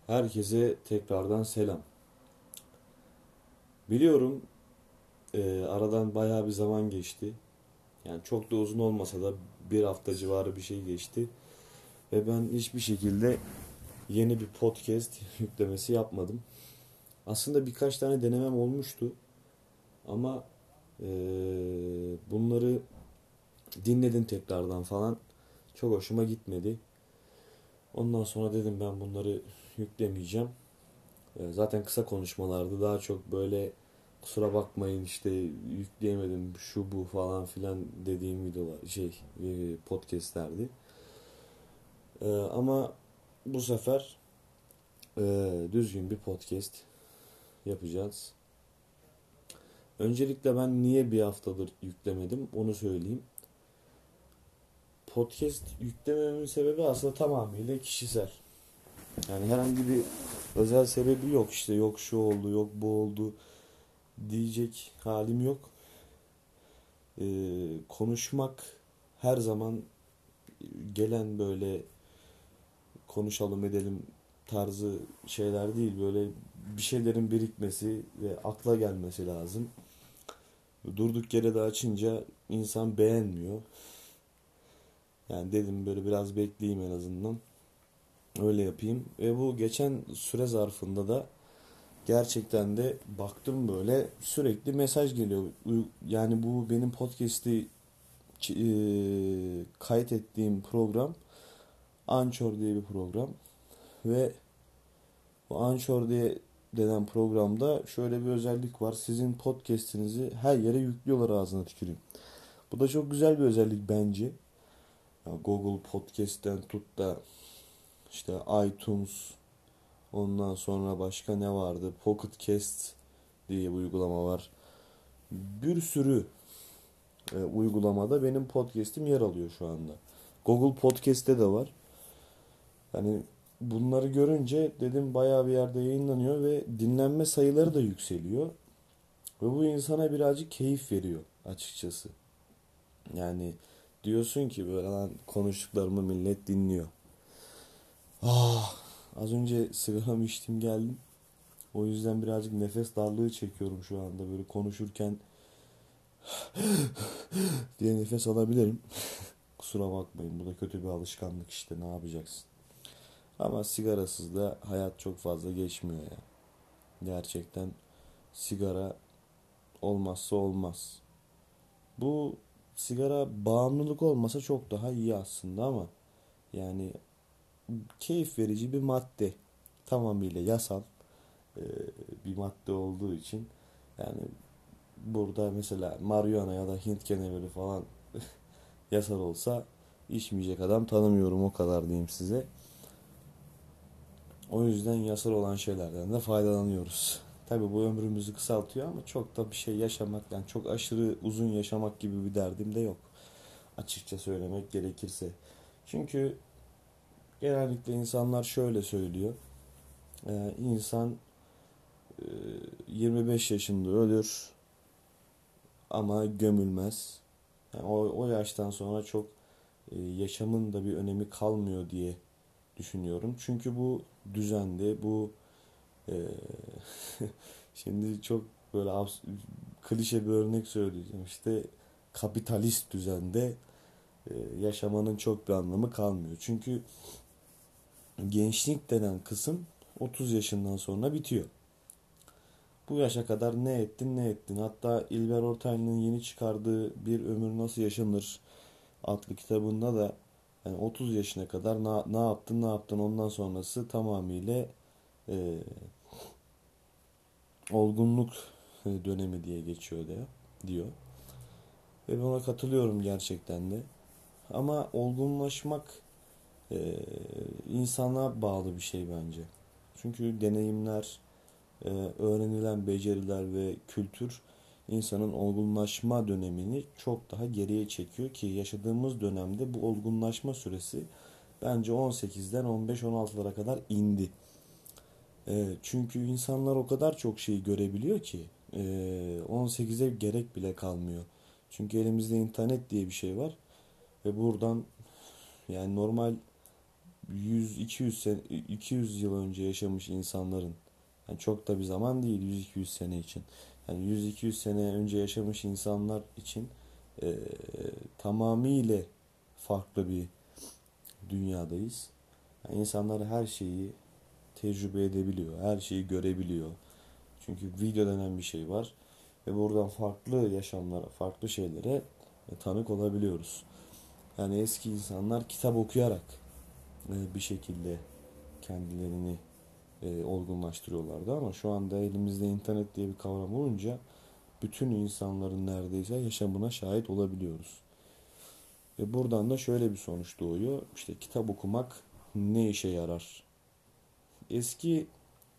Herkese tekrardan selam. Biliyorum aradan bayağı bir zaman geçti. Yani çok da uzun olmasa da bir hafta civarı bir şey geçti. Ve ben hiçbir şekilde yeni bir podcast yüklemesi yapmadım. Aslında birkaç tane denemem olmuştu. Ama e, bunları dinledim tekrardan falan. Çok hoşuma gitmedi. Ondan sonra dedim ben bunları yüklemeyeceğim. Zaten kısa konuşmalardı. Daha çok böyle kusura bakmayın işte yükleyemedim şu bu falan filan dediğim videolar podcastlerdi. Ama bu sefer düzgün bir podcast yapacağız. Öncelikle ben niye bir haftadır yüklemedim onu söyleyeyim. Podcast yüklememin sebebi aslında tamamıyla kişisel. Yani herhangi bir özel sebebi yok, işte yok şu oldu yok bu oldu diyecek halim yok. Konuşmak her zaman gelen böyle konuşalım edelim tarzı şeyler değil. Böyle bir şeylerin birikmesi ve akla gelmesi lazım. Durduk yere de açınca insan beğenmiyor. Yani dedim böyle biraz bekleyeyim en azından. Öyle yapayım. Ve bu geçen süre zarfında da gerçekten de baktım böyle sürekli mesaj geliyor. Yani bu benim podcast'i kayıt ettiğim program Anchor diye bir program ve bu Anchor diye denen programda şöyle bir özellik var. Sizin podcast'inizi her yere yüklüyorlar, ağzına tüküreyim. Bu da çok güzel bir özellik bence. Ya Google Podcast'ten tut da işte iTunes, ondan sonra başka ne vardı? Pocket Cast diye bir uygulama var. Bir sürü uygulamada benim podcast'im yer alıyor şu anda. Google Podcast'te de var. Hani bunları görünce dedim bayağı bir yerde yayınlanıyor ve dinlenme sayıları da yükseliyor. Ve bu insana birazcık keyif veriyor açıkçası. Yani diyorsun ki böyle lan konuştuklarımı millet dinliyor. Ah, az önce sigaramı içtim geldim. O yüzden birazcık nefes darlığı çekiyorum şu anda. Böyle konuşurken diye nefes alabilirim. Kusura bakmayın, bu da kötü bir alışkanlık, işte ne yapacaksın. Ama sigarasız da hayat çok fazla geçmiyor ya. Gerçekten sigara olmazsa olmaz. Bu sigara bağımlılık olmasa çok daha iyi aslında ama yani keyif verici bir madde. Tamamıyla yasal e, bir madde olduğu için yani burada mesela marihuana ya da Hint keneviri falan yasal olsa içmeyecek adam tanımıyorum, o kadar diyeyim size. O yüzden yasal olan şeylerden de faydalanıyoruz. Tabii bu ömrümüzü kısaltıyor ama çok da bir şey yaşamak, yani çok aşırı uzun yaşamak gibi bir derdim de yok. Açıkça söylemek gerekirse. Çünkü genellikle insanlar şöyle söylüyor. İnsan e, 25 yaşında ölür ama gömülmez. Yani o yaştan sonra çok yaşamın da bir önemi kalmıyor diye düşünüyorum. Çünkü bu düzende, bu e, şimdi çok böyle klişe bir örnek söyleyeceğim. İşte kapitalist düzende yaşamanın çok bir anlamı kalmıyor. Çünkü gençlik denen kısım 30 yaşından sonra bitiyor. Bu yaşa kadar ne ettin ne ettin. Hatta İlber Ortaylı'nın yeni çıkardığı Bir Ömür Nasıl Yaşanır adlı kitabında da yani 30 yaşına kadar ne yaptın ne yaptın, ondan sonrası tamamıyla e, olgunluk dönemi diye geçiyor diyor. Ve buna katılıyorum gerçekten de. Ama olgunlaşmak e, insana bağlı bir şey bence. Çünkü deneyimler, öğrenilen beceriler ve kültür insanın olgunlaşma dönemini çok daha geriye çekiyor ki yaşadığımız dönemde bu olgunlaşma süresi bence 18'den 15-16'lara kadar indi. Çünkü insanlar o kadar çok şeyi görebiliyor ki 18'e gerek bile kalmıyor. Çünkü elimizde internet diye bir şey var ve buradan yani normal 200 yıl önce yaşamış insanların, yani çok da bir zaman değil 100-200 sene için. Yani 100-200 sene önce yaşamış insanlar için e, tamamıyla farklı bir dünyadayız. Yani insanlar her şeyi tecrübe edebiliyor, her şeyi görebiliyor. Çünkü video denen bir şey var ve buradan farklı yaşamlara, farklı şeylere tanık olabiliyoruz. Yani eski insanlar kitap okuyarak bir şekilde kendilerini olgunlaştırıyorlardı ama şu anda elimizde internet diye bir kavram olunca bütün insanların neredeyse yaşamına şahit olabiliyoruz. Ve buradan da şöyle bir sonuç doğuyor. İşte kitap okumak ne işe yarar? Eski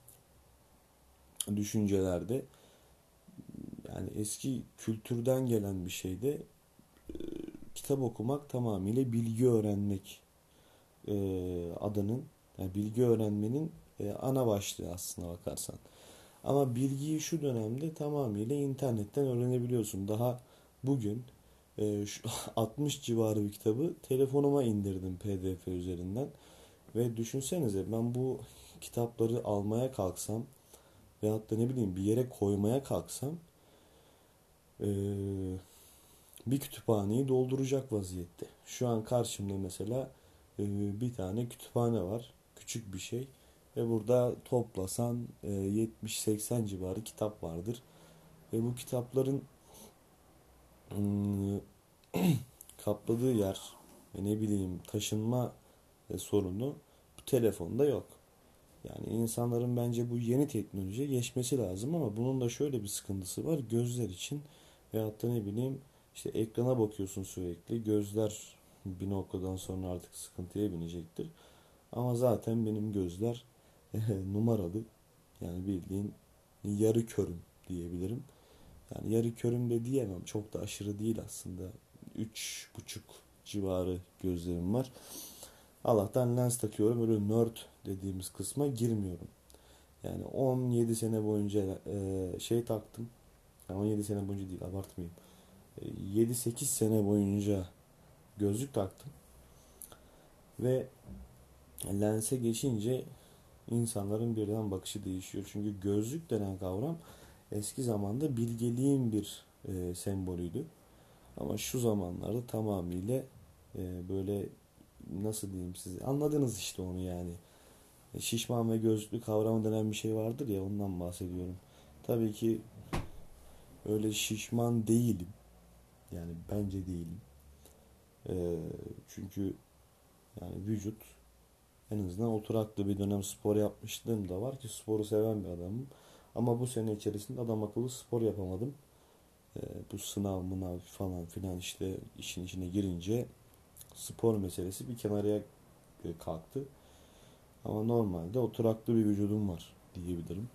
düşüncelerde, yani eski kültürden gelen bir şeyde kitap okumak tamamıyla bilgi öğrenmek adının, yani bilgi öğrenmenin ana başlığı aslına bakarsan. Ama bilgiyi şu dönemde tamamıyla internetten öğrenebiliyorsun. Daha bugün şu 60 civarı bir kitabı telefonuma indirdim PDF üzerinden. Ve düşünsenize, ben bu kitapları almaya kalksam veyahut da ne bileyim bir yere koymaya kalksam e, bir kütüphaneyi dolduracak vaziyette. Şu an karşımda mesela bir tane kütüphane var. Küçük bir şey. Ve burada toplasan 70-80 civarı kitap vardır. Ve bu kitapların ım, kapladığı yer ve ne bileyim taşınma sorunu bu telefonda yok. Yani insanların bence bu yeni teknolojiye geçmesi lazım ama bunun da şöyle bir sıkıntısı var. Gözler için veyahut da ne bileyim işte ekrana bakıyorsun sürekli. Gözler bir noktadan sonra artık sıkıntıya binecektir. Ama zaten benim gözler numaralı. Yani bildiğin yarı körüm diyebilirim. Yani yarı körüm de diyemem. Çok da aşırı değil aslında. 3,5 civarı gözlerim var. Allah'tan lens takıyorum. Öyle nerd dediğimiz kısma girmiyorum. Yani 17 sene boyunca şey taktım. Yani 17 sene boyunca değil, abartmayayım. 7-8 sene boyunca gözlük taktım. Ve lense geçince insanların birden bakışı değişiyor. Çünkü gözlük denen kavram eski zamanda bilgeliğin bir sembolüydü. Ama şu zamanlarda tamamıyla böyle, nasıl diyeyim size, anladınız işte onu yani. Şişman ve gözlü kavramı denen bir şey vardır ya, ondan bahsediyorum. Tabii ki öyle şişman değilim. Yani bence değilim. Çünkü yani vücut, en azından oturaklı bir dönem spor yapmışlığım da var ki sporu seven bir adamım. Ama bu sene içerisinde adam akıllı spor yapamadım. Bu sınav mınav falan filan işte işin içine girince spor meselesi bir kenara kalktı. Ama normalde oturaklı bir vücudum var diyebilirim.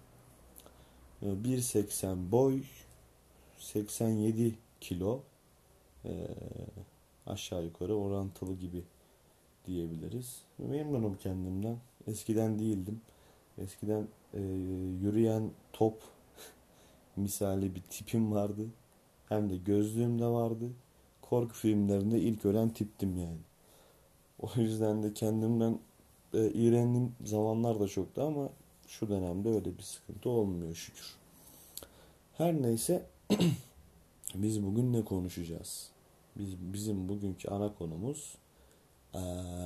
1,80 boy, 87 kilo, e, aşağı yukarı orantılı gibi diyebiliriz. Memnunum kendimden. Eskiden değildim. Eskiden yürüyen top misali bir tipim vardı. Hem de gözlüğüm de vardı. Korku filmlerinde ilk ölen tiptim yani. O yüzden de kendimden iğrendiğim zamanlar da çoktu ama şu dönemde öyle bir sıkıntı olmuyor şükür. Her neyse, biz bugün ne konuşacağız? Bizim bugünkü ana konumuz eee,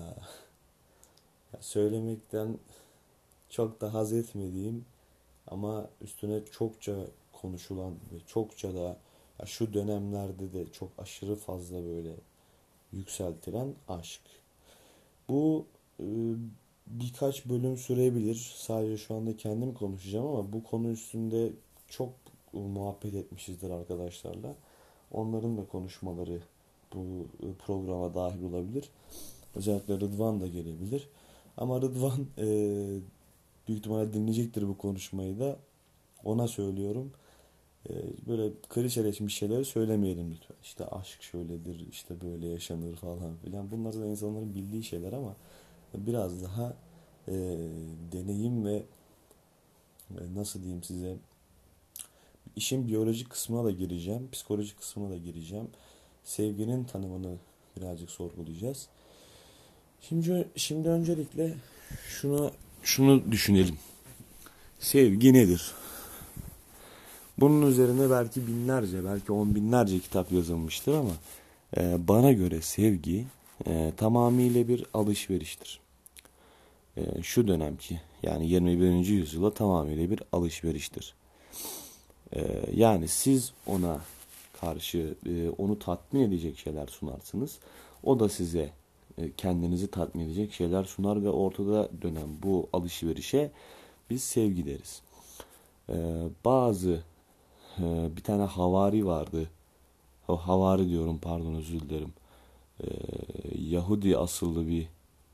söylemekten çok da haz etmediğim ama üstüne çokça konuşulan ve çokça da ya şu dönemlerde de çok aşırı fazla böyle yükseltilen aşk. Bu e, birkaç bölüm sürebilir. Sadece şu anda kendim konuşacağım ama bu konu üstünde çok muhabbet etmişizdir arkadaşlarla. Onların da konuşmaları bu programa dahil olabilir. Özellikle Rıdvan da gelebilir. Ama Rıdvan büyük ihtimalle dinleyecektir bu konuşmayı da. Ona söylüyorum. Böyle klişeleşmiş şeyleri söylemeyelim lütfen. İşte aşk şöyledir, işte böyle yaşanır falan filan. Bunlar da insanların bildiği şeyler ama biraz daha e, deneyim ve nasıl diyeyim size, işin biyolojik kısmına da gireceğim, psikolojik kısmına da gireceğim. Sevginin tanımını birazcık sorgulayacağız. Şimdi öncelikle şunu düşünelim. Sevgi nedir? Bunun üzerine belki binlerce, belki on binlerce kitap yazılmıştır ama bana göre sevgi tamamıyla bir alışveriştir. Şu dönemki yani 21. yüzyıla tamamıyla bir alışveriştir. Yani siz ona karşı onu tatmin edecek şeyler sunarsınız. O da size kendinizi tatmin edecek şeyler sunar ve ortada dönen bu alışverişe biz sevgi deriz. Bazı bir tane havari vardı. O havari diyorum, pardon, özür dilerim. Yahudi asıllı bir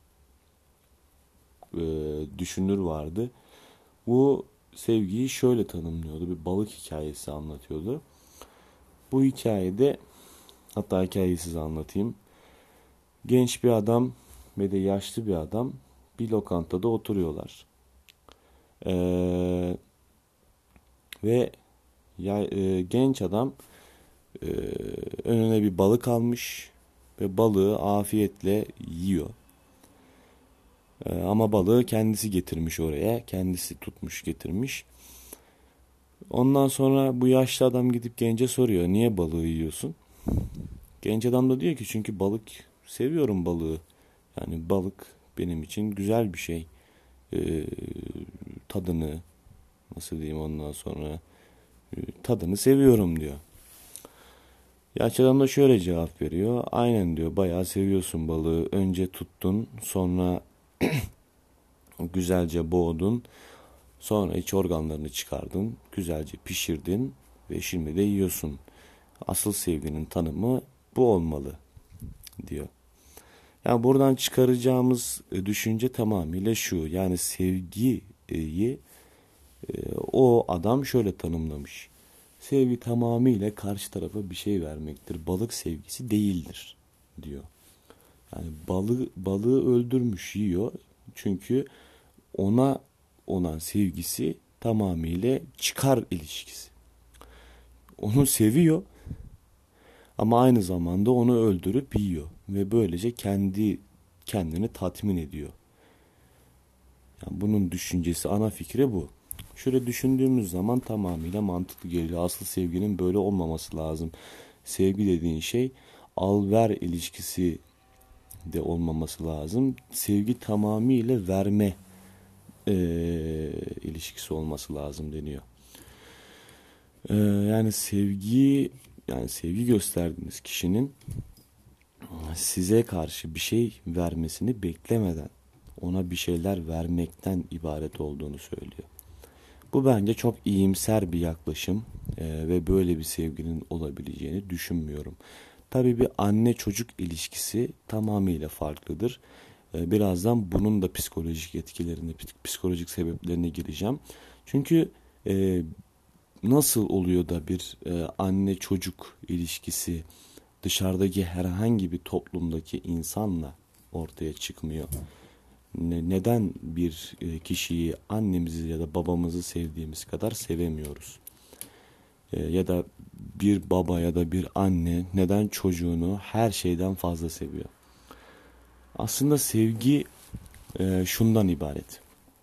düşünür vardı. Bu sevgiyi şöyle tanımlıyordu. Bir balık hikayesi anlatıyordu. Bu hikayede, hatta hikayeyi size anlatayım. Genç bir adam ve de yaşlı bir adam bir lokantada oturuyorlar. Ee, ve genç adam e, önüne bir balık almış ve balığı afiyetle yiyor. Ama balığı kendisi getirmiş oraya. Kendisi tutmuş getirmiş. Ondan sonra bu yaşlı adam gidip gence soruyor. Niye balığı yiyorsun? Genç adam da diyor ki çünkü seviyorum balığı. Yani balık benim için güzel bir şey. Ee, tadını nasıl diyeyim, ondan sonra tadını seviyorum diyor. Yaşlı adam da şöyle cevap veriyor. Aynen diyor, bayağı seviyorsun balığı. Önce tuttun, sonra güzelce boğdun. Sonra iç organlarını çıkardın, güzelce pişirdin ve şimdi de yiyorsun. Asıl sevginin tanımı bu olmalı diyor. Yani buradan çıkaracağımız düşünce tamamıyla şu. Yani sevgiyi o adam şöyle tanımlamış. Sevgi tamamıyla karşı tarafa bir şey vermektir. Balık sevgisi değildir diyor. Yani balığı öldürmüş, yiyor. Çünkü ona olan sevgisi tamamıyla çıkar ilişkisi. Onu seviyor ama aynı zamanda onu öldürüp yiyor ve böylece kendini tatmin ediyor. Yani bunun düşüncesi, ana fikri bu. Şöyle düşündüğümüz zaman tamamıyla mantıklı geliyor. Asıl sevginin böyle olmaması lazım. Sevgi dediğin şey al-ver ilişkisi de olmaması lazım. Sevgi tamamıyla verme ilişkisi olması lazım deniyor. Yani sevgi gösterdiğiniz kişinin size karşı bir şey vermesini beklemeden ona bir şeyler vermekten ibaret olduğunu söylüyor. Bu bence çok iyimser bir yaklaşım ve böyle bir sevginin olabileceğini düşünmüyorum. Tabii bir anne çocuk ilişkisi tamamıyla farklıdır. Birazdan bunun da psikolojik etkilerine, psikolojik sebeplerine gireceğim. Çünkü nasıl oluyor da bir anne çocuk ilişkisi dışarıdaki herhangi bir toplumdaki insanla ortaya çıkmıyor? Neden bir kişiyi annemizi ya da babamızı sevdiğimiz kadar sevemiyoruz? Ya da bir baba ya da bir anne neden çocuğunu her şeyden fazla seviyor? Aslında sevgi şundan ibaret.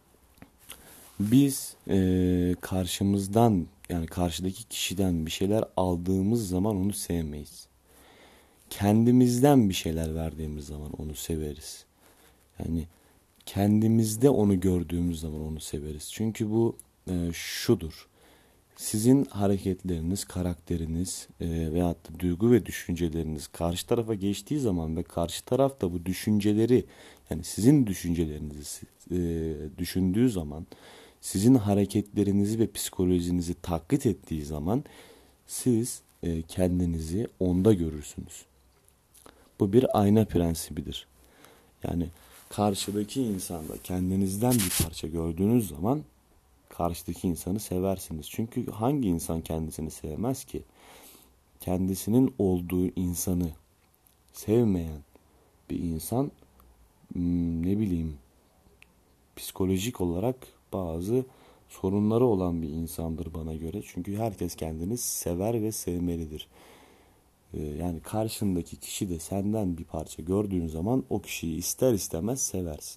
Biz karşımızdan, yani karşıdaki kişiden bir şeyler aldığımız zaman onu sevmeyiz. Kendimizden bir şeyler verdiğimiz zaman onu severiz. Yani kendimizde onu gördüğümüz zaman onu severiz. Çünkü bu şudur. Sizin hareketleriniz, karakteriniz veyahut da duygu ve düşünceleriniz karşı tarafa geçtiği zaman ve karşı taraf da bu düşünceleri, yani sizin düşüncelerinizi düşündüğü zaman, sizin hareketlerinizi ve psikolojinizi taklit ettiği zaman siz kendinizi onda görürsünüz. Bu bir ayna prensibidir. Yani karşıdaki insanda kendinizden bir parça gördüğünüz zaman karşıdaki insanı seversiniz. Çünkü hangi insan kendisini sevmez ki? Kendisinin olduğu insanı sevmeyen bir insan ne bileyim psikolojik olarak bazı sorunları olan bir insandır bana göre. Çünkü herkes kendini sever ve sevmelidir. Yani karşındaki kişi de senden bir parça gördüğün zaman o kişiyi ister istemez seversin.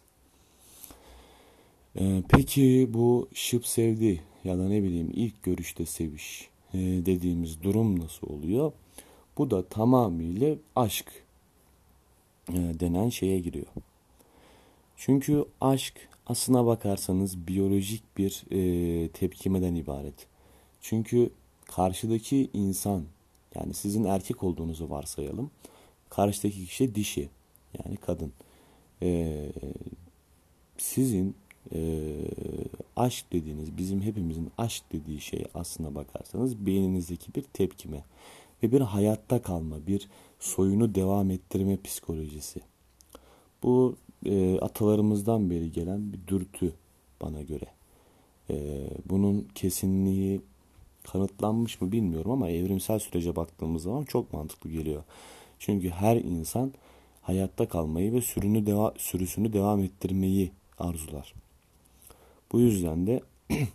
Peki bu şıp sevdi ya da ne bileyim ilk görüşte seviş dediğimiz durum nasıl oluyor? Bu da tamamıyla aşk denen şeye giriyor. Çünkü aşk aslına bakarsanız biyolojik bir tepkimeden ibaret. Çünkü karşıdaki insan, yani sizin erkek olduğunuzu varsayalım. Karşıdaki kişi dişi, yani kadın. E, Sizin aşk dediğiniz, bizim hepimizin aşk dediği şey aslına bakarsanız beyninizdeki bir tepkime ve bir hayatta kalma, bir soyunu devam ettirme psikolojisi. Bu atalarımızdan beri gelen bir dürtü bana göre. Bunun kesinliği kanıtlanmış mı bilmiyorum ama evrimsel sürece baktığımız zaman çok mantıklı geliyor. Çünkü her insan hayatta kalmayı ve sürüsünü devam ettirmeyi arzular. Bu yüzden de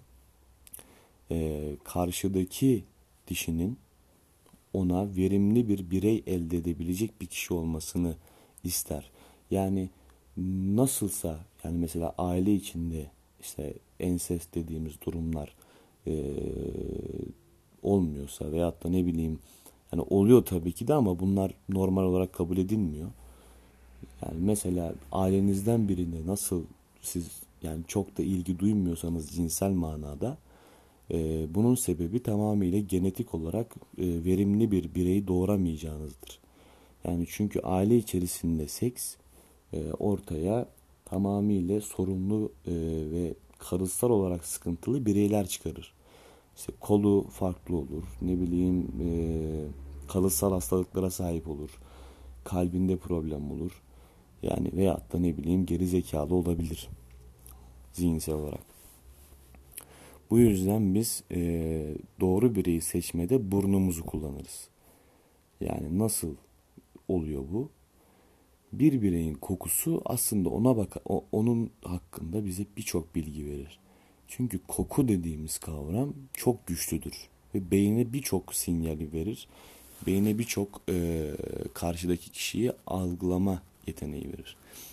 karşıdaki dişinin ona verimli bir birey elde edebilecek bir kişi olmasını ister. Yani nasılsa, yani mesela aile içinde işte ensest dediğimiz durumlar e, olmuyorsa veyahut da ne bileyim, yani oluyor tabii ki de ama bunlar normal olarak kabul edilmiyor. Yani mesela ailenizden birine nasıl siz yani çok da ilgi duymuyorsanız cinsel manada, bunun sebebi tamamıyla genetik olarak verimli bir bireyi doğuramayacağınızdır. Yani çünkü aile içerisinde seks ortaya tamamıyla sorunlu ve kalıtsal olarak sıkıntılı bireyler çıkarır. İşte kolu farklı olur, ne bileyim kalıtsal hastalıklara sahip olur, kalbinde problem olur. Yani veyahut da ne bileyim geri zekalı olabilir zihinsel olarak. Bu yüzden biz doğru bireyi seçmede burnumuzu kullanırız. Yani nasıl oluyor bu? Bir bireyin kokusu aslında onun hakkında bize birçok bilgi verir. Çünkü koku dediğimiz kavram çok güçlüdür ve beyne birçok sinyali verir. Beyne birçok karşıdaki kişiyi algılama yeteneği verir.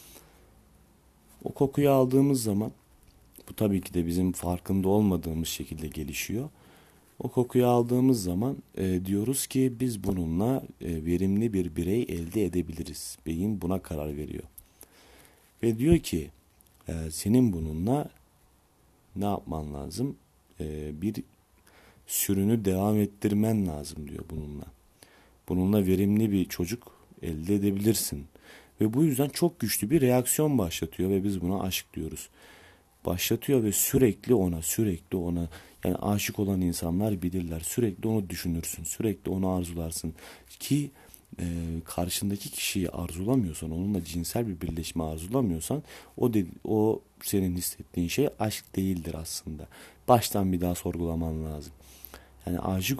O kokuyu aldığımız zaman, bu tabii ki de bizim farkında olmadığımız şekilde gelişiyor. O kokuyu aldığımız zaman diyoruz ki biz bununla verimli bir birey elde edebiliriz. Beyin buna karar veriyor. Ve diyor ki senin bununla ne yapman lazım? Bir sürünü devam ettirmen lazım diyor bununla. Bununla verimli bir çocuk elde edebilirsin. Ve bu yüzden çok güçlü bir reaksiyon başlatıyor ve biz buna aşk diyoruz. Başlatıyor ve sürekli ona yani aşık olan insanlar bilirler. Sürekli onu düşünürsün, sürekli onu arzularsın ki karşındaki kişiyi arzulamıyorsan, onunla cinsel bir birleşme arzulamıyorsan o senin hissettiğin şey aşk değildir aslında. Baştan bir daha sorgulaman lazım. Yani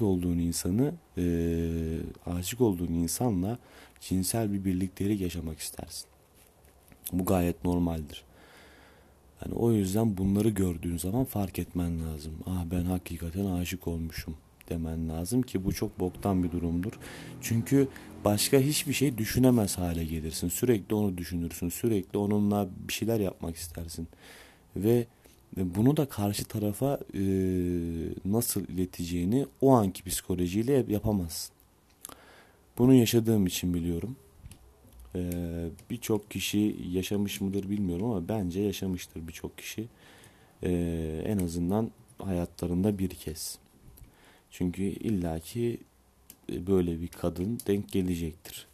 aşık olduğun insanla cinsel bir birliktelik yaşamak istersin. Bu gayet normaldir. Yani o yüzden bunları gördüğün zaman fark etmen lazım. Ah, ben hakikaten aşık olmuşum demen lazım ki bu çok boktan bir durumdur. Çünkü başka hiçbir şey düşünemez hale gelirsin. Sürekli onu düşünürsün. Sürekli onunla bir şeyler yapmak istersin. Ve bunu da karşı tarafa nasıl ileteceğini o anki psikolojiyle yapamazsın. Bunu yaşadığım için biliyorum. Birçok kişi yaşamış mıdır bilmiyorum ama bence yaşamıştır birçok kişi. En azından hayatlarında bir kez. Çünkü illaki böyle bir kadın denk gelecektir.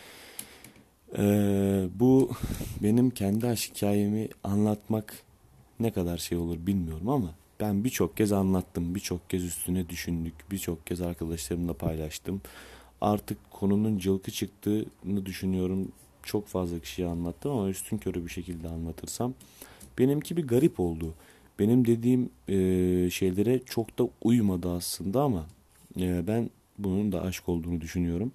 Bu benim kendi aşk hikayemi anlatmak ne kadar şey olur bilmiyorum ama ben birçok kez anlattım, birçok kez üstüne düşündük, birçok kez arkadaşlarımla paylaştım. Artık konunun cılkı çıktığını düşünüyorum. Çok fazla kişiye anlattım ama üstünkörü bir şekilde anlatırsam benimki bir garip oldu. Benim dediğim şeylere çok da uymadı aslında ama ben bunun da aşk olduğunu düşünüyorum.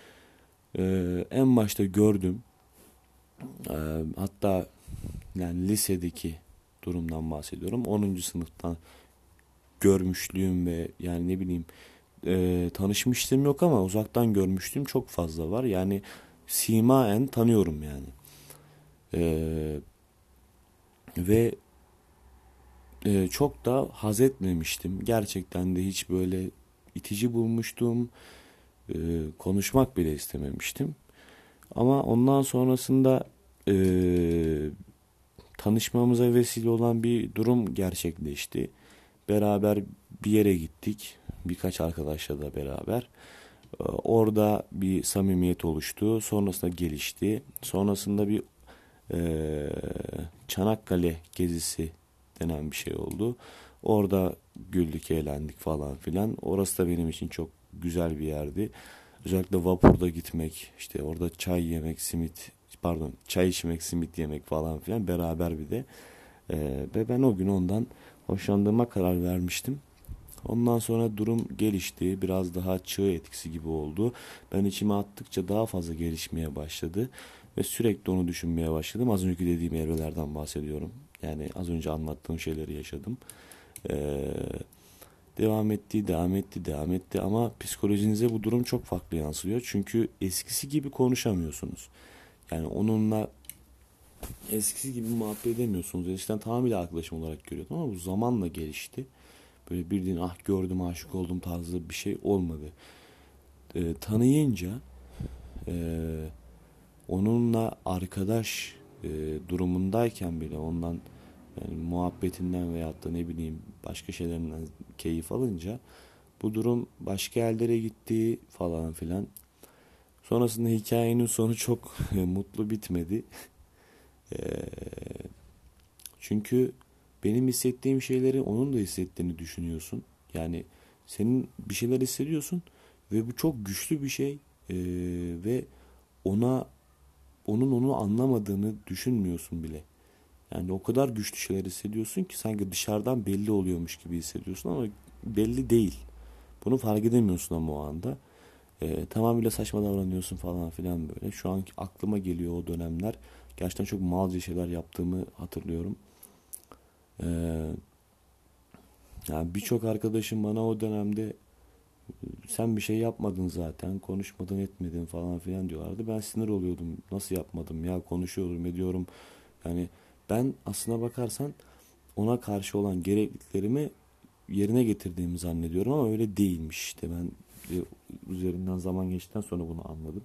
En başta gördüm. E, Hatta yani lisedeki durumdan bahsediyorum. 10. sınıftan görmüşlüğüm ve yani ne bileyim tanışmışlığım yok ama uzaktan görmüştüm çok fazla var. Yani simaen tanıyorum yani. E, ve çok da haz etmemiştim. Gerçekten de hiç böyle itici bulmuştum. Konuşmak bile istememiştim. Ama ondan sonrasında e, tanışmamıza vesile olan bir durum gerçekleşti. Beraber bir yere gittik. Birkaç arkadaşla da beraber. Orada bir samimiyet oluştu. Sonrasında gelişti. Sonrasında bir e, Çanakkale gezisi denen bir şey oldu. Orada güldük, eğlendik falan filan. Orası da benim için çok güzel bir yerdi. Özellikle vapurda gitmek, işte orada çay yemek, çay içmek, simit yemek falan filan beraber bir de. Ve ben o gün ondan hoşlandığıma karar vermiştim. Ondan sonra durum gelişti. Biraz daha çığ etkisi gibi oldu. Ben içime attıkça daha fazla gelişmeye başladı. Ve sürekli onu düşünmeye başladım. Az önceki dediğim evrelerden bahsediyorum. Yani az önce anlattığım şeyleri yaşadım. Ee, devam etti, devam etti, devam etti. Ama psikolojinize bu durum çok farklı yansıyor. Çünkü eskisi gibi konuşamıyorsunuz. Yani onunla eskisi gibi muhabbet edemiyorsunuz. Eskiden tamamıyla arkadaşım olarak görüyordum ama bu zamanla gelişti. Böyle bildiğin ah gördüm aşık oldum tarzı bir şey olmadı. Tanıyınca e, onunla arkadaş durumundayken bile ondan yani muhabbetinden veyahut da ne bileyim başka şeylerinden keyif alınca bu durum başka yerlere gitti falan filan. Sonrasında hikayenin sonu çok mutlu bitmedi. E, çünkü benim hissettiğim şeyleri onun da hissettiğini düşünüyorsun. Yani senin bir şeyler hissediyorsun ve bu çok güçlü bir şey. Ve ona onun onu anlamadığını düşünmüyorsun bile. Yani o kadar güçlü şeyler hissediyorsun ki sanki dışarıdan belli oluyormuş gibi hissediyorsun ama belli değil. Bunu fark edemiyorsun ama o anda. Tamamıyla saçma davranıyorsun falan filan böyle. Şu an aklıma geliyor o dönemler. Gerçekten çok malca şeyler yaptığımı hatırlıyorum. Ee, yani birçok arkadaşım bana o dönemde sen bir şey yapmadın zaten, konuşmadın etmedin falan filan diyorlardı. Ben sinir oluyordum. Nasıl yapmadım ya, konuşuyorum ediyorum. Yani ben aslına bakarsan ona karşı olan gerekliliklerimi yerine getirdiğimi zannediyorum ama öyle değilmiş işte. Ben üzerinden zaman geçtikten sonra bunu anladım.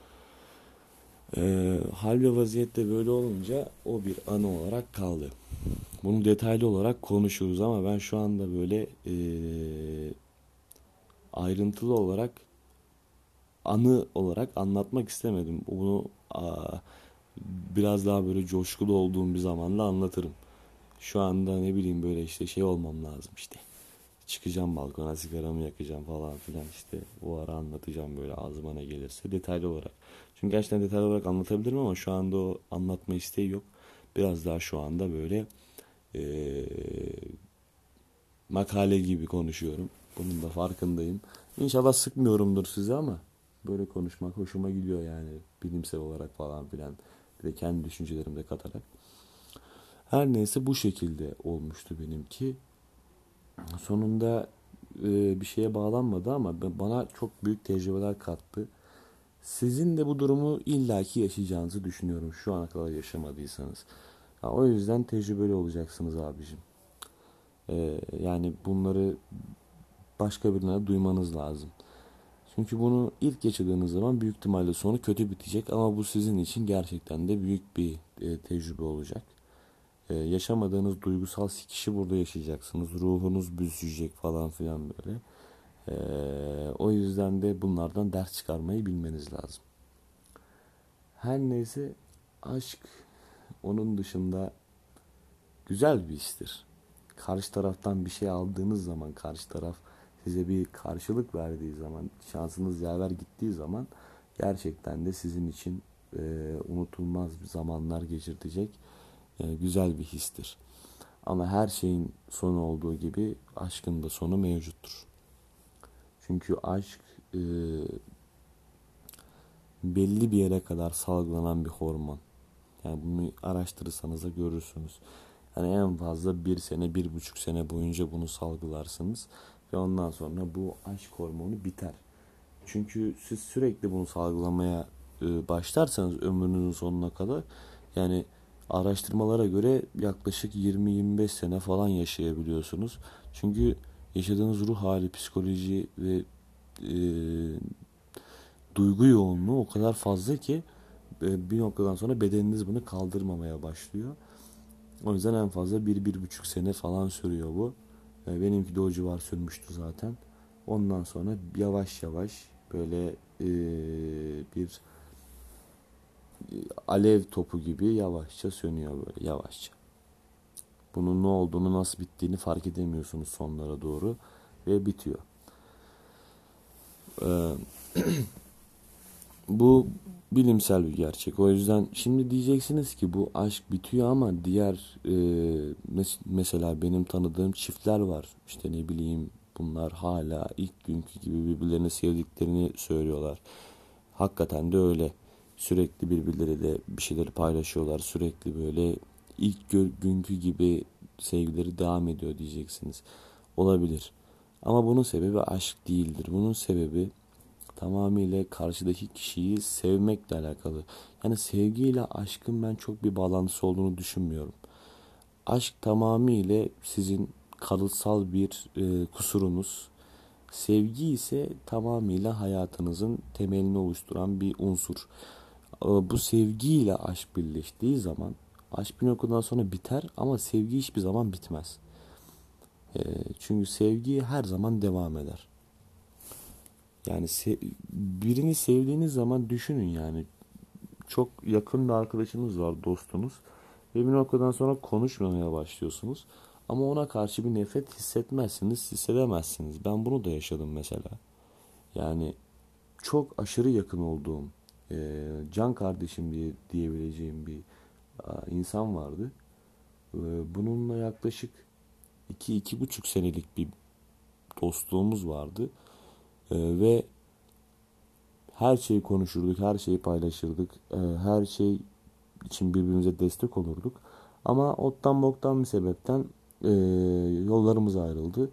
Hal ve vaziyette böyle olunca o bir anı olarak kaldı. Bunu detaylı olarak konuşuruz ama ben şu anda böyle ayrıntılı olarak anı olarak anlatmak istemedim. Bunu biraz daha böyle coşkulu olduğum bir zamanda anlatırım. Şu anda ne bileyim böyle işte şey olmam lazım işte. Çıkacağım balkona sigaramı yakacağım falan filan işte. O ara anlatacağım böyle ağzıma ne gelirse detaylı olarak. Çünkü gerçekten detaylı olarak anlatabilirim ama şu anda o anlatma isteği yok. Biraz daha şu anda böyle eee, makale gibi konuşuyorum. Bunun da farkındayım. İnşallah sıkmıyorumdur size ama böyle konuşmak hoşuma gidiyor yani bilimsel olarak falan filan. Bir de kendi düşüncelerimi de katarak. Her neyse bu şekilde olmuştu benimki. Sonunda bir şeye bağlanmadı ama bana çok büyük tecrübeler kattı. Sizin de bu durumu illaki yaşayacağınızı düşünüyorum şu ana kadar yaşamadıysanız. Ha, o yüzden tecrübeli olacaksınız abicim. Yani bunları başka birine duymanız lazım. Çünkü bunu ilk yaşadığınız zaman büyük ihtimalle sonu kötü bitecek ama bu sizin için gerçekten de büyük bir tecrübe olacak. Yaşamadığınız duygusal sikişi burada yaşayacaksınız. Ruhunuz büzüşecek falan filan böyle. O yüzden de bunlardan ders çıkarmayı bilmeniz lazım. Her neyse aşk onun dışında güzel bir histir. Karşı taraftan bir şey aldığınız zaman, karşı taraf size bir karşılık verdiği zaman, şansınız yaver gittiği zaman gerçekten de sizin için unutulmaz bir zamanlar geçirtecek güzel bir histir. Ama her şeyin sonu olduğu gibi aşkın da sonu mevcuttur. Çünkü aşk belli bir yere kadar salgılanan bir hormon. Yani bunu araştırırsanız da görürsünüz. Yani en fazla bir sene, 1,5 sene boyunca bunu salgılarsınız. ve ondan sonra bu aşk hormonu biter. Çünkü siz sürekli bunu salgılamaya başlarsanız ömrünüzün sonuna kadar, yani araştırmalara göre yaklaşık 20-25 sene falan yaşayabiliyorsunuz. Çünkü yaşadığınız ruh hali, psikoloji ve e, duygu yoğunluğu o kadar fazla ki bir noktadan sonra bedeniniz bunu kaldırmamaya başlıyor. O yüzden en fazla 1-1,5 sene falan sürüyor bu. Benimki de o civar sürmüştü zaten. Ondan sonra yavaş yavaş böyle bir alev topu gibi yavaşça sönüyor, böyle yavaşça. Bunun ne olduğunu, nasıl bittiğini fark edemiyorsunuz sonlara doğru ve bitiyor. Ee, Bu bilimsel bir gerçek. O yüzden şimdi diyeceksiniz ki bu aşk bitiyor ama diğer mesela benim tanıdığım çiftler var. İşte ne bileyim, bunlar hala ilk günkü gibi birbirlerini sevdiklerini söylüyorlar. Hakikaten de öyle. Sürekli birbirleriyle bir şeyleri paylaşıyorlar. Sürekli böyle ilk günkü gibi sevgileri devam ediyor diyeceksiniz. Olabilir. Ama bunun sebebi aşk değildir. Bunun sebebi tamamıyla karşıdaki kişiyi sevmekle alakalı. Yani sevgiyle aşkın ben çok bir bağlantısı olduğunu düşünmüyorum. Aşk tamamıyla sizin kalıtsal bir kusurunuz. Sevgi ise tamamıyla hayatınızın temelini oluşturan bir unsur. Bu sevgiyle aşk birleştiği zaman aşk bir noktadan sonra biter ama sevgi hiçbir zaman bitmez. Çünkü sevgi her zaman devam eder. Yani birini sevdiğiniz zaman düşünün, yani çok yakın bir arkadaşınız var, dostunuz ve bir noktadan sonra konuşmamaya başlıyorsunuz. Ama ona karşı bir nefret hissetmezsiniz, hissedemezsiniz. Ben bunu da yaşadım mesela. Yani çok aşırı yakın olduğum, can kardeşim diyebileceğim bir insan vardı. Bununla yaklaşık 2-2,5 senelik bir dostluğumuz vardı. Ve her şeyi konuşurduk, her şeyi paylaşırdık, her şey için birbirimize destek olurduk. Ama ottan boktan bir sebepten yollarımız ayrıldı.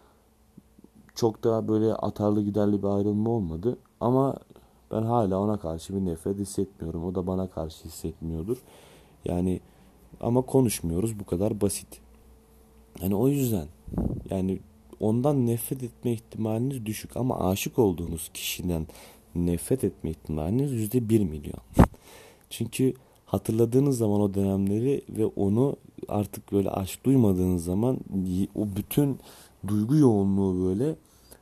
Çok da böyle atarlı giderli bir ayrılma olmadı. Ama ben hala ona karşı bir nefret hissetmiyorum. O da bana karşı hissetmiyordur. Yani ama konuşmuyoruz, bu kadar basit. Yani o yüzden, yani ondan nefret etme ihtimaliniz düşük ama aşık olduğunuz kişiden nefret etme ihtimaliniz %1 milyon. Çünkü hatırladığınız zaman o dönemleri ve onu artık böyle aşk duymadığınız zaman o bütün duygu yoğunluğu böyle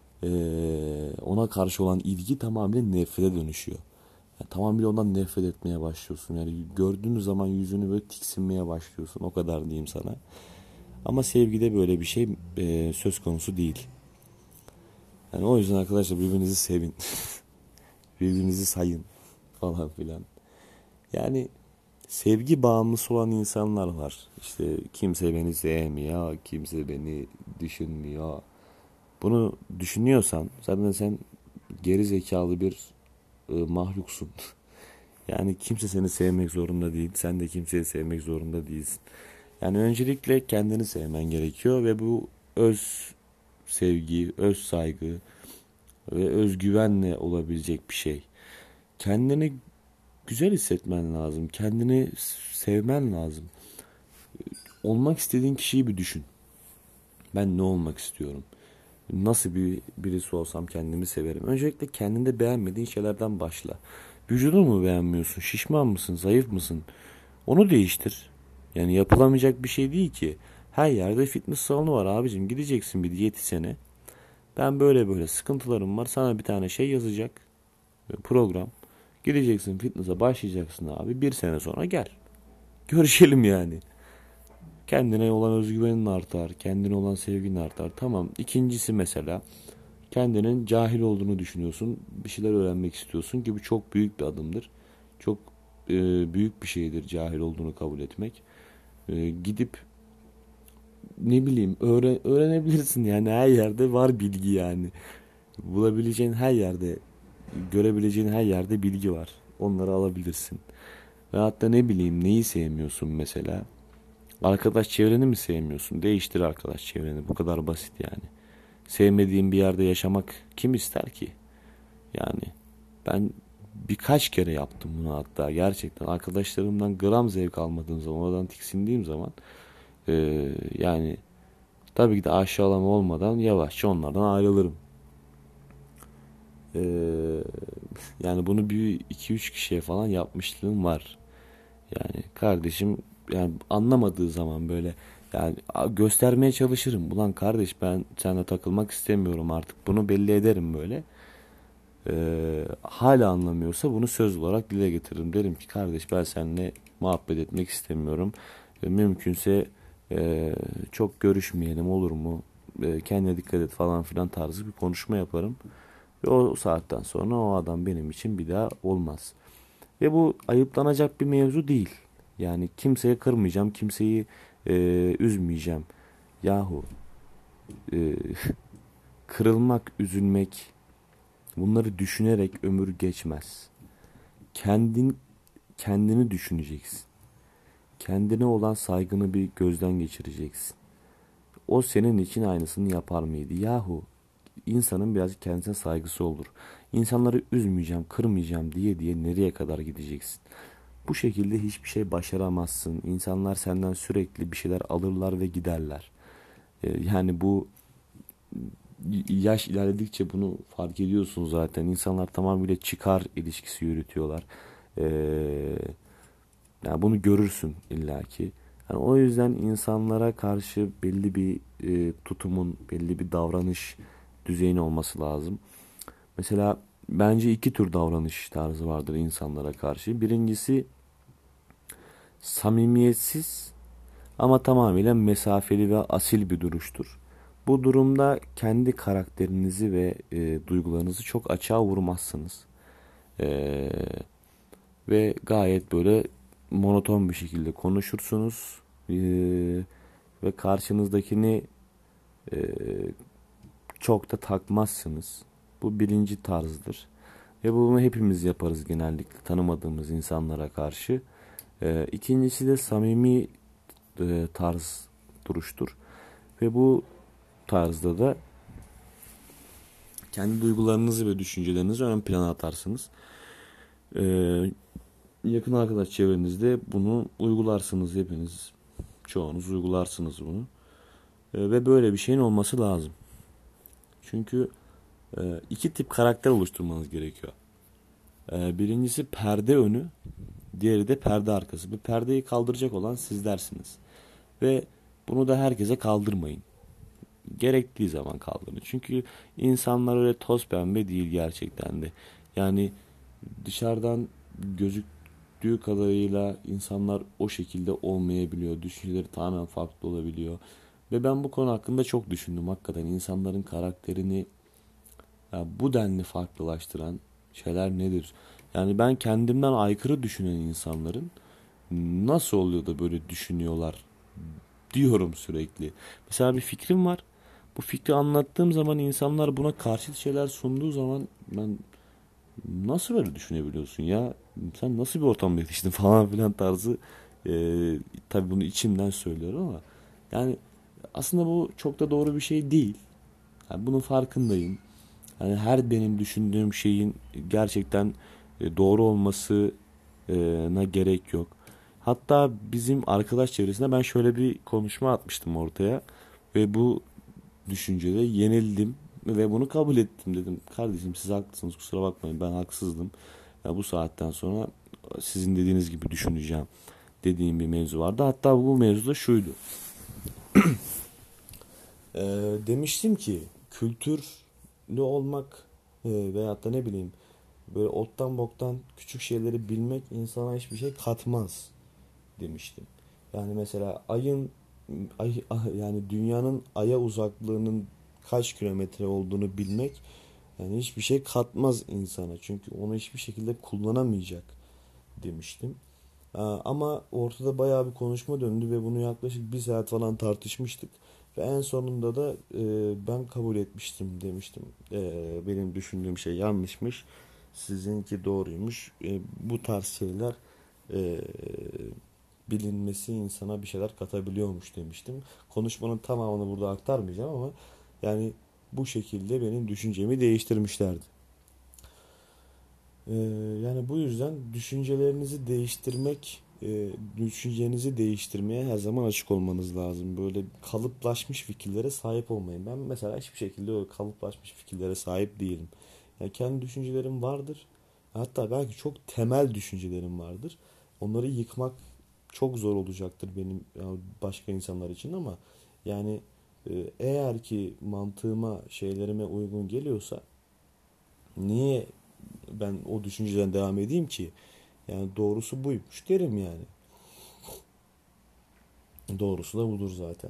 ona karşı olan ilgi tamamen nefrete dönüşüyor. Yani tamamıyla ondan nefret etmeye başlıyorsun. Yani gördüğünüz zaman yüzünü böyle tiksinmeye başlıyorsun. O kadar diyeyim sana. Ama sevgide böyle bir şey söz konusu değil. Yani o yüzden arkadaşlar birbirinizi sevin. Birbirinizi sayın falan filan. Yani sevgi bağımlısı olan insanlar var. İşte kimse beni sevmiyor, kimse beni düşünmüyor. Bunu düşünüyorsan zaten sen geri zekalı bir mahluksun. Yani kimse seni sevmek zorunda değil. Sen de kimseyi sevmek zorunda değilsin. Yani öncelikle kendini sevmen gerekiyor ve bu öz sevgi, öz saygı ve özgüvenle olabilecek bir şey. Kendini güzel hissetmen lazım. Kendini sevmen lazım. Olmak istediğin kişiyi bir düşün. Ben ne olmak istiyorum? Nasıl birisi olsam kendimi severim. Öncelikle kendinde beğenmediğin şeylerden başla. Vücudunu mu beğenmiyorsun? Şişman mısın? Zayıf mısın? Onu değiştir. Yani yapılamayacak bir şey değil ki. Her yerde fitness salonu var abicim. Gideceksin bir diyetisyene. Ben böyle böyle sıkıntılarım var. Sana bir tane şey yazacak. Program. Gideceksin fitness'a başlayacaksın abi. 1 sene sonra gel. Görüşelim yani. Kendine olan özgüvenin artar. Kendine olan sevgin artar. Tamam. İkincisi mesela kendinin cahil olduğunu düşünüyorsun. Bir şeyler öğrenmek istiyorsun ki bu çok büyük bir adımdır. Çok büyük bir şeydir cahil olduğunu kabul etmek. Gidip ne bileyim öğrenebilirsin, yani her yerde var bilgi yani. Bulabileceğin her yerde, görebileceğin her yerde bilgi var. Onları alabilirsin. Ve hatta ne bileyim, neyi sevmiyorsun mesela? Arkadaş çevreni mi sevmiyorsun? Değiştir arkadaş çevreni. Bu kadar basit yani. sevmediğim bir yerde yaşamak kim ister ki? Yani ben birkaç kere yaptım bunu hatta, gerçekten arkadaşlarımdan gram zevk almadığım zaman, oradan tiksindiğim zaman yani tabii ki de aşağılama olmadan yavaşça onlardan ayrılırım. Eee, Yani bunu bir iki üç kişiye falan yapmışlığım var. Yani kardeşim, yani anlamadığı zaman böyle, yani göstermeye çalışırım. Ulan kardeş, ben seninle takılmak istemiyorum artık. Bunu belli ederim böyle. Hala anlamıyorsa bunu söz olarak dile getiririm. Derim ki kardeş, ben seninle muhabbet etmek istemiyorum. Mümkünse çok görüşmeyelim, olur mu? Kendine dikkat et falan filan tarzı bir konuşma yaparım. Ve o saatten sonra o adam benim için bir daha olmaz. Ve bu ayıplanacak bir mevzu değil. Yani kimseye kırmayacağım, kimseyi üzmeyeceğim. Yahu e, kırılmak, üzülmek, bunları düşünerek ömür geçmez. Kendin kendini düşüneceksin. Kendine olan saygını bir gözden geçireceksin. O senin için aynısını yapar mıydı? Yahu insanın birazcık kendisine saygısı olur. İnsanları üzmeyeceğim, kırmayacağım diye diye nereye kadar gideceksin? Bu şekilde hiçbir şey başaramazsın. İnsanlar senden sürekli bir şeyler alırlar ve giderler. Yani bu, yaş ilerledikçe bunu fark ediyorsun zaten. İnsanlar tamamıyla çıkar ilişkisi yürütüyorlar. Ee, Yani bunu görürsün illaki. Yani o yüzden insanlara karşı belli bir tutumun, belli bir davranış düzeyinin olması lazım. Mesela bence iki tür davranış tarzı vardır insanlara karşı. Birincisi samimiyetsiz ama tamamıyla mesafeli ve asil bir duruştur. Bu durumda kendi karakterinizi ve duygularınızı çok açığa vurmazsınız. E, Ve gayet böyle monoton bir şekilde konuşursunuz. Ve karşınızdakini e, çok da takmazsınız. Bu birinci tarzdır. Ve bunu hepimiz yaparız genellikle tanımadığımız insanlara karşı. İkincisi de samimi tarz duruştur. Ve bu tarzda da kendi duygularınızı ve düşüncelerinizi ön plana atarsınız. Ee, Yakın arkadaş çevrenizde bunu uygularsınız hepiniz. Çoğunuz uygularsınız bunu. Ve böyle bir şeyin olması lazım. Çünkü iki tip karakter oluşturmanız gerekiyor. Birincisi perde önü, diğeri de perde arkası. Bu perdeyi kaldıracak olan sizlersiniz. Ve bunu da herkese kaldırmayın. Gerektiği zaman kaldırın. Çünkü insanlar öyle toz pembe değil gerçekten de. Yani dışarıdan gözüktüğü kadarıyla insanlar o şekilde olmayabiliyor. Düşünceleri tamamen farklı olabiliyor. Ve ben bu konu hakkında çok düşündüm hakikaten. İnsanların karakterini ya bu denli farklılaştıran şeyler nedir? Yani ben kendimden aykırı düşünen insanların nasıl oluyor da böyle düşünüyorlar diyorum sürekli. Mesela bir fikrim var. Bu fikri anlattığım zaman insanlar buna karşıt şeyler sunduğu zaman ben, nasıl böyle düşünebiliyorsun ya? Sen nasıl bir ortamda yetiştin falan filan tarzı. Tabii bunu içimden söylüyorum ama yani aslında bu çok da doğru bir şey değil. Yani bunun farkındayım. Yani her benim düşündüğüm şeyin gerçekten doğru olmasına gerek yok. Hatta bizim arkadaş çevresinde ben şöyle bir konuşma atmıştım ortaya ve bu düşüncede yenildim ve bunu kabul ettim. Dedim kardeşim, siz haklısınız, kusura bakmayın, ben haksızdım. Ya bu saatten sonra sizin dediğiniz gibi düşüneceğim dediğim bir mevzu vardı. Hatta bu mevzu da şuydu. Ee, Demiştim ki kültürlü olmak veyahut da ne bileyim böyle ottan boktan küçük şeyleri bilmek insana hiçbir şey katmaz demiştim. Yani mesela yani dünyanın aya uzaklığının kaç kilometre olduğunu bilmek yani hiçbir şey katmaz insana. Çünkü onu hiçbir şekilde kullanamayacak demiştim. Ama ortada bayağı bir konuşma döndü ve bunu yaklaşık bir saat falan tartışmıştık. Ve en sonunda da ben kabul etmiştim demiştim. Benim düşündüğüm şey yanlışmış. Sizinki doğruymuş. Bu tarz şeyler e, bilinmesi insana bir şeyler katabiliyormuş demiştim. Konuşmanın tamamını burada aktarmayacağım ama yani bu şekilde benim düşüncemi değiştirmişlerdi. Yani bu yüzden düşüncenizi değiştirmeye her zaman açık olmanız lazım. Böyle kalıplaşmış fikirlere sahip olmayın. Ben mesela hiçbir şekilde o kalıplaşmış fikirlere sahip değilim. Yani kendi düşüncelerim vardır. Hatta belki çok temel düşüncelerim vardır. Onları yıkmak çok zor olacaktır benim ya başka insanlar için ama yani eğer ki mantığıma, şeylerime uygun geliyorsa niye ben o düşünceden devam edeyim ki? Yani doğrusu buymuş derim yani. Doğrusu da budur zaten.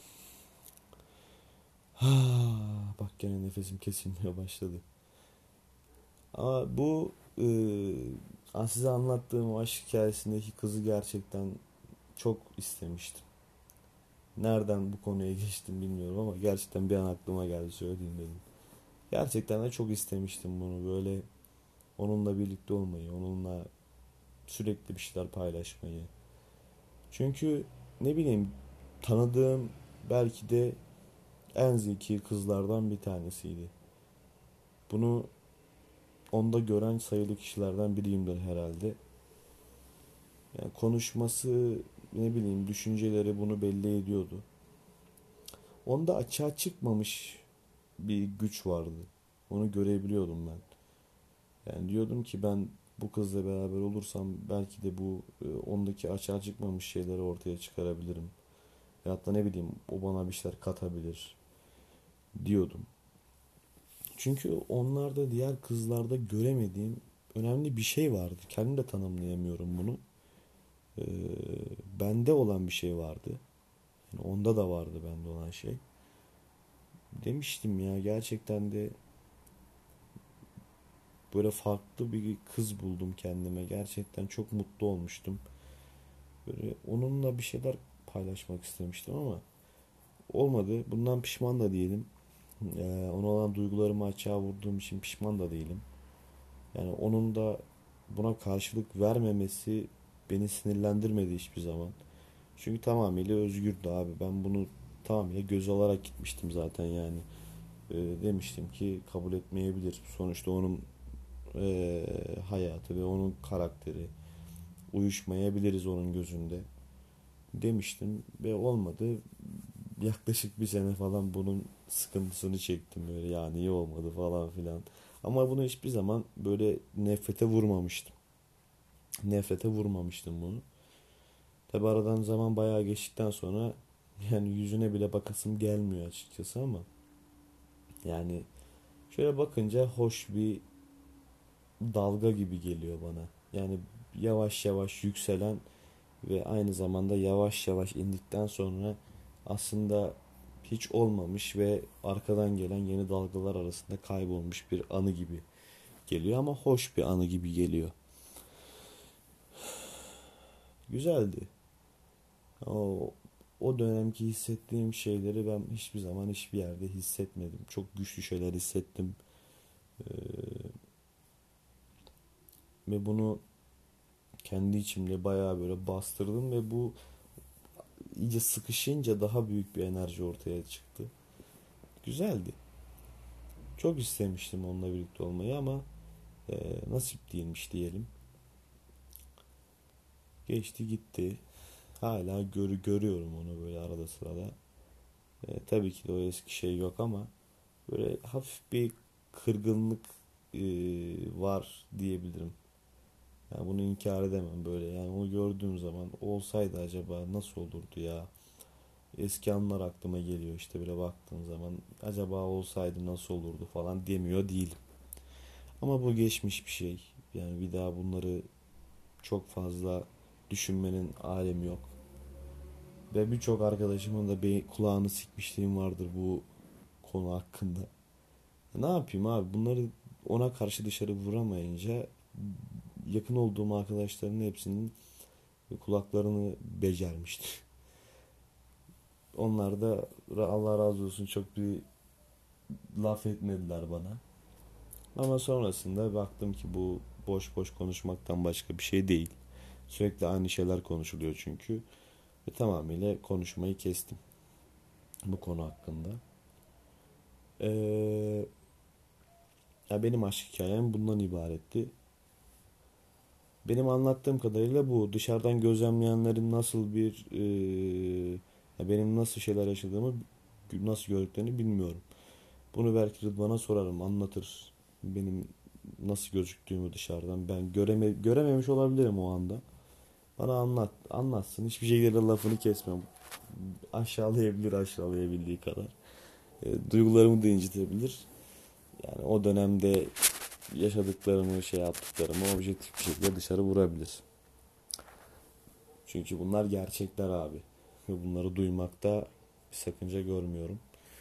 Ha, bak gene nefesim kesilmeye başladı. Ama bu size anlattığım o aşk hikayesindeki kızı gerçekten çok istemiştim. Nereden bu konuya geçtim bilmiyorum ama gerçekten bir an aklıma geldi söyleyeyim dedim. Gerçekten de çok istemiştim bunu böyle onunla birlikte olmayı, onunla sürekli bir şeyler paylaşmayı. Çünkü ne bileyim tanıdığım belki de en zeki kızlardan bir tanesiydi. Bunu onda gören sayılı kişilerden biriyimdir herhalde. Yani konuşması ne bileyim düşünceleri bunu belli ediyordu. Onda açığa çıkmamış bir güç vardı. Onu görebiliyordum ben. Yani diyordum ki ben bu kızla beraber olursam belki de bu ondaki açığa çıkmamış şeyleri ortaya çıkarabilirim. Veyahut da ne bileyim o bana bir şeyler katabilir diyordum. Çünkü onlarda diğer kızlarda göremediğim önemli bir şey vardı. Kendim de tanımlayamıyorum bunu. Ee, Bende olan bir şey vardı. Yani onda da vardı bende olan şey. Demiştim ya gerçekten de böyle farklı bir kız buldum kendime. Gerçekten çok mutlu olmuştum. Böyle onunla bir şeyler paylaşmak istemiştim ama olmadı. Bundan pişman da değilim. Ona olan duygularımı açığa vurduğum için pişman da değilim. Yani onun da buna karşılık vermemesi beni sinirlendirmedi hiçbir zaman. Çünkü tamamıyla özgürdü abi. Ben bunu tamamıyla göz alarak gitmiştim zaten yani. Demiştim ki kabul etmeyebilir. Sonuçta onun hayatı ve onun karakteri uyuşmayabiliriz onun gözünde. Demiştim ve olmadı. Yaklaşık bir sene falan bunun sıkıntısını çektim böyle yani iyi olmadı falan filan. Ama bunu hiçbir zaman böyle nefrete vurmamıştım bunu. Tabi aradan zaman bayağı geçtikten sonra yani yüzüne bile bakasım gelmiyor açıkçası ama yani şöyle bakınca hoş bir dalga gibi geliyor bana. Yani yavaş yavaş yükselen ve aynı zamanda yavaş yavaş indikten sonra aslında hiç olmamış ve arkadan gelen yeni dalgalar arasında kaybolmuş bir anı gibi geliyor ama hoş bir anı gibi geliyor. Güzeldi. O, o dönemki hissettiğim şeyleri ben hiçbir zaman hiçbir yerde hissetmedim. Çok güçlü şeyler hissettim. Ee, Ve bunu kendi içimde bayağı böyle bastırdım ve bu iyice sıkışınca daha büyük bir enerji ortaya çıktı. Güzeldi. Çok istemiştim onunla birlikte olmayı ama nasip değilmiş diyelim. Geçti gitti. Hala görüyorum onu böyle arada sırada. Tabii ki de o eski şey yok ama böyle hafif bir kırgınlık e, var diyebilirim. Yani bunu inkar edemem böyle. Yani onu gördüğüm zaman olsaydı acaba nasıl olurdu ya? Eski anlar aklıma geliyor işte böyle baktığım zaman acaba olsaydı nasıl olurdu falan demiyor değilim. Ama bu geçmiş bir şey. Yani bir daha bunları çok fazla düşünmenin alemi yok. Ve birçok arkadaşımın da kulağını sikmişliğim vardır bu konu hakkında. Ne yapayım abi bunları ona karşı dışarı vuramayınca yakın olduğum arkadaşlarımın hepsinin kulaklarını becermişti. Onlar da Allah razı olsun çok bir laf etmediler bana. Ama sonrasında baktım ki bu boş boş konuşmaktan başka bir şey değil. Sürekli aynı şeyler konuşuluyor çünkü. Ve tamamıyla konuşmayı kestim bu konu hakkında. Ee, Ya benim aşk hikayem bundan ibaretti. Benim anlattığım kadarıyla bu. Dışarıdan gözlemleyenlerin nasıl ya benim nasıl şeyler yaşadığımı, nasıl gördüklerini bilmiyorum. Bunu belki Rıdvan'a sorarım, anlatır. Benim nasıl gözüktüğümü dışarıdan. Ben görememiş olabilirim o anda. Bana anlatsın. Hiçbir şekilde lafını kesmem. Aşağılayabildiği kadar. Duygularımı da incitebilir. Yani o dönemde yaşadıklarımı, yaptıklarımı objektif bir şekilde dışarı vurabilir. Çünkü bunlar gerçekler abi. Ve bunları duymakta bir sakınca görmüyorum.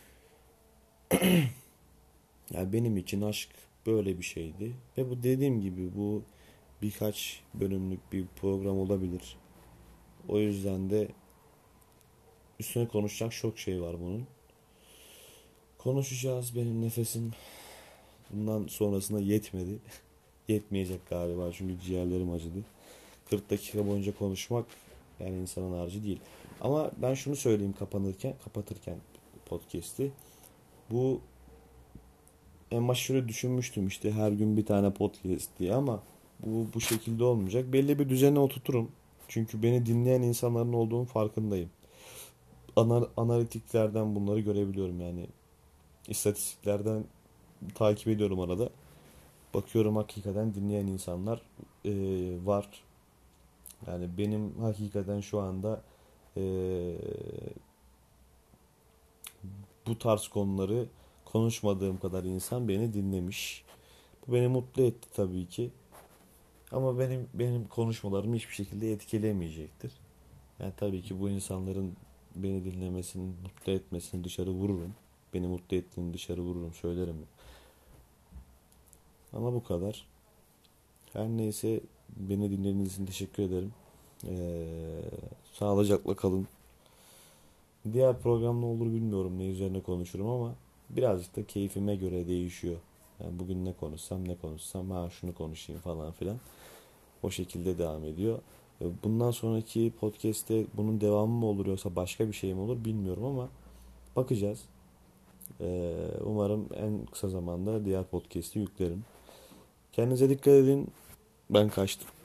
Yani benim için aşk böyle bir şeydi. Ve bu dediğim gibi bu birkaç bölümlük bir program olabilir. O yüzden de üstüne konuşacak çok şey var bunun. Konuşacağız. Benim nefesim bundan sonrasında yetmedi. Yetmeyecek galiba çünkü ciğerlerim acıdı. 40 dakika boyunca konuşmak yani insanın harcı değil. Ama ben şunu söyleyeyim kapatırken podcast'i. Bu en başta şöyle düşünmüştüm işte her gün bir tane podcast diye ama bu şekilde olmayacak. Belli bir düzene oturturum. Çünkü beni dinleyen insanların olduğunun farkındayım. Analitiklerden bunları görebiliyorum yani. İstatistiklerden takip ediyorum arada. Bakıyorum hakikaten dinleyen insanlar var. Yani benim hakikaten şu anda eee, bu tarz konuları konuşmadığım kadar insan beni dinlemiş. Bu beni mutlu etti tabii ki. Ama benim konuşmalarımı hiçbir şekilde etkilemeyecektir. Yani tabii ki bu insanların beni dinlemesini, mutlu etmesini dışarı vururum. Beni mutlu ettiğini dışarı vururum, söylerim. Ama bu kadar. Her neyse beni dinlediğiniz için teşekkür ederim. Sağlıcakla kalın. Diğer program ne olur bilmiyorum ne üzerine konuşurum ama birazcık da keyfime göre değişiyor. Yani bugün ne konuşsam ha şunu konuşayım falan filan. O şekilde devam ediyor. Bundan sonraki podcast'te bunun devamı mı olur yoksa başka bir şey mi olur bilmiyorum ama bakacağız. Umarım en kısa zamanda diğer podcast'i yüklerim. Kendinize dikkat edin. Ben kaçtım.